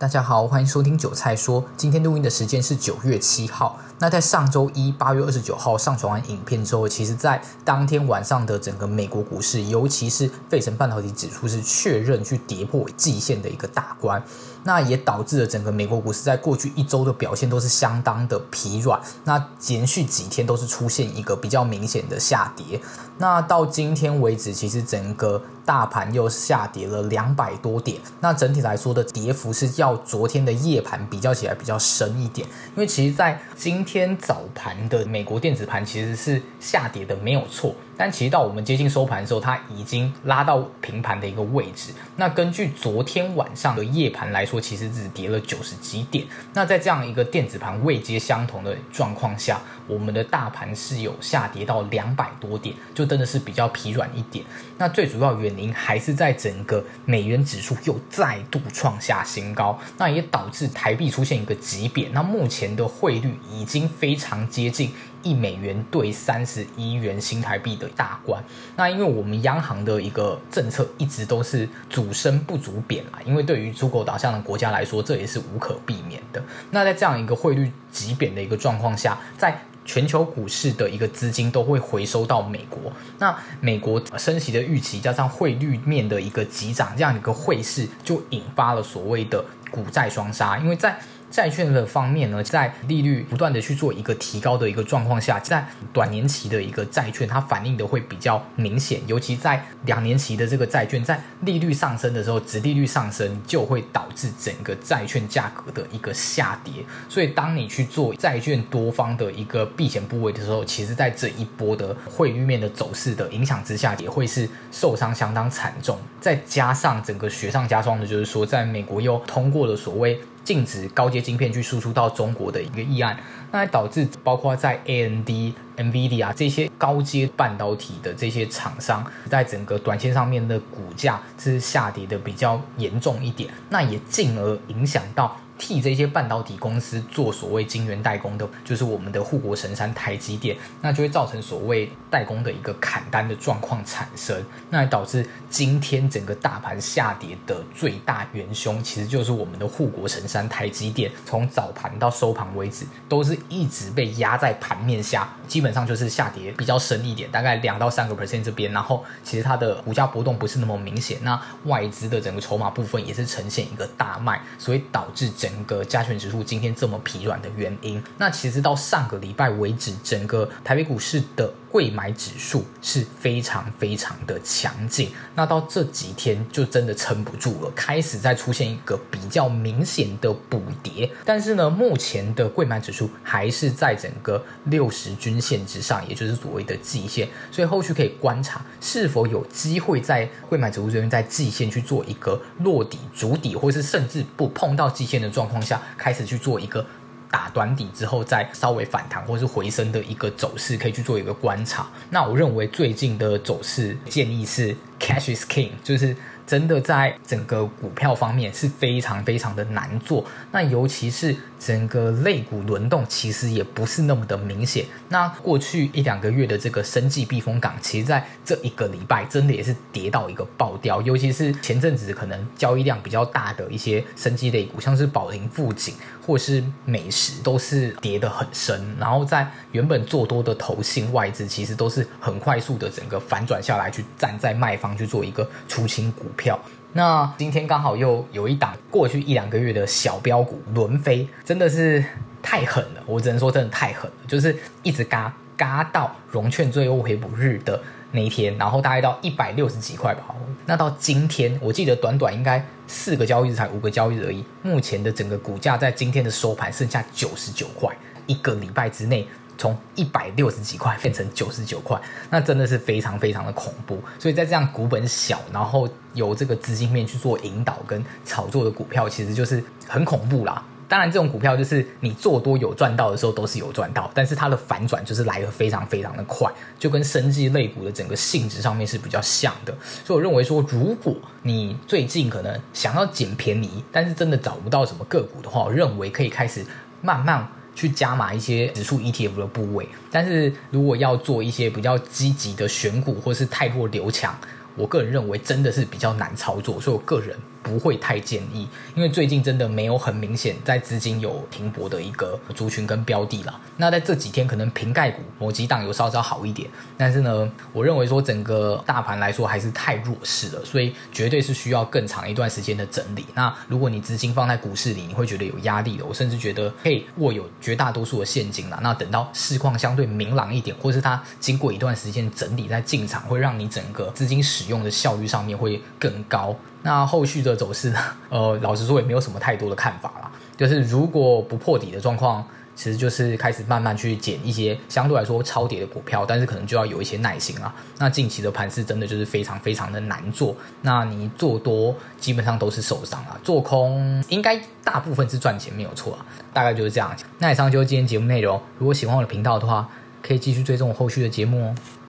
大家好，欢迎收听韭菜说。今天录音的时间是9月7号。那在上周一8月29号上传完影片之后，其实在当天晚上的整个美国股市，尤其是费城半导体指数是确认去跌破季线的一个大关，那也导致了整个美国股市在过去一周的表现都是相当的疲软，那连续几天都是出现一个比较明显的下跌。那到今天为止，其实整个大盘又下跌了200多点，那整体来说的跌幅是要昨天的夜盘比较起来比较深一点，因为其实在今天早盘的美国电子盘其实是下跌的没有错，但其实到我们接近收盘的时候，它已经拉到平盘的一个位置。那根据昨天晚上的夜盘来说，其实只跌了90几点。那在这样一个电子盘位阶相同的状况下，我们的大盘是有下跌到200多点，就真的是比较疲软一点。那最主要原因还是在整个美元指数又再度创下新高，那也导致台币出现一个急贬。那目前的汇率已经非常接近1美元兑31元新台币的大关。那因为我们央行的一个政策一直都是主升不主贬啦，因为对于出口导向的国家来说，这也是无可避免的。那在这样一个汇率急贬的一个状况下，在全球股市的一个资金都会回收到美国，那美国升息的预期加上汇率面的一个急涨，这样一个汇市就引发了所谓的股债双杀。因为在债券的方面呢，在利率不断的去做一个提高的一个状况下，在短年期的一个债券它反应的会比较明显，尤其在2年期的这个债券在利率上升的时候，殖利率上升就会导致整个债券价格的一个下跌。所以当你去做债券多方的一个避险部位的时候，其实在这一波的汇率面的走势的影响之下，也会是受伤相当惨重。再加上整个雪上加霜的就是说，在美国又通过了所谓禁止高阶晶片去输出到中国的一个议案，那导致包括在 AMD、NVIDIA 这些高阶半导体的这些厂商，在整个短线上面的股价是下跌的比较严重一点，那也进而影响到替这些半导体公司做所谓晶圆代工的，就是我们的护国神山台积电，那就会造成所谓代工的一个砍单的状况产生，那也导致今天整个大盘下跌的最大元凶，其实就是我们的护国神山台积电，从早盘到收盘为止，都是一直被压在盘面下，基本上就是下跌比较深一点，大概2到3% 这边，然后其实它的股价波动不是那么明显，那外资的整个筹码部分也是呈现一个大卖，所以导致整个加权指数今天这么疲软的原因。那其实到上个礼拜为止，整个台北股市的柜买指数是非常非常的强劲，那到这几天就真的撑不住了，开始在出现一个比较明显的补跌。但是呢，目前的柜买指数还是在整个60均线之上，也就是所谓的季线，所以后续可以观察是否有机会在柜买指数这边在季线去做一个落底、筑底，或是甚至不碰到季线的状况下，开始去做一个打短底之后再稍微反弹或是回升的一个走势，可以去做一个观察。那我认为最近的走势建议是 Cash is King， 就是真的在整个股票方面是非常非常的难做，那尤其是整个类股轮动其实也不是那么的明显。那过去1-2个月的这个生技避风港，其实在这1个礼拜真的也是跌到一个爆掉，尤其是前阵子可能交易量比较大的一些生技类股，像是宝林富锦或是美食，都是跌得很深，然后在原本做多的投信外资其实都是很快速的整个反转下来，去站在卖方去做一个出清股票。那今天刚好又有一档过去1-2个月的小标股轮飞，真的是太狠了，我只能说真的太狠了，就是一直嘎到融券最后回补日的那一天，然后大概到160几块吧。那到今天我记得短短应该4个交易日才5个交易日而已，目前的整个股价在今天的收盘剩下99块，1个礼拜之内从160几块变成99块，那真的是非常非常的恐怖。所以在这样股本小，然后由这个资金面去做引导跟炒作的股票，其实就是很恐怖啦。当然这种股票就是你做多有赚到的时候都是有赚到，但是它的反转就是来得非常非常的快，就跟生技类股的整个性质上面是比较像的。所以我认为说，如果你最近可能想要捡便宜，但是真的找不到什么个股的话，我认为可以开始慢慢去加码一些指数 ETF 的部位。但是如果要做一些比较积极的选股或是太弱留强，我个人认为真的是比较难操作，所以我个人不会太建议，因为最近真的没有很明显在资金有停泊的一个族群跟标的啦。那在这几天可能瓶盖股某几档有稍稍好一点，但是呢，我认为说整个大盘来说还是太弱势了，所以绝对是需要更长一段时间的整理。那如果你资金放在股市里，你会觉得有压力的，我甚至觉得可以握有绝大多数的现金啦。那等到市况相对明朗一点，或是它经过一段时间整理再进场，会让你整个资金使用的效率上面会更高。那后续的走势呢？老实说也没有什么太多的看法啦。就是如果不破底的状况，其实就是开始慢慢去捡一些相对来说超跌的股票，但是可能就要有一些耐心啦。那近期的盘势真的就是非常非常的难做，那你做多基本上都是受伤啦，做空应该大部分是赚钱没有错啦，大概就是这样。那以上就是今天节目内容，如果喜欢我的频道的话，可以继续追踪我后续的节目哦。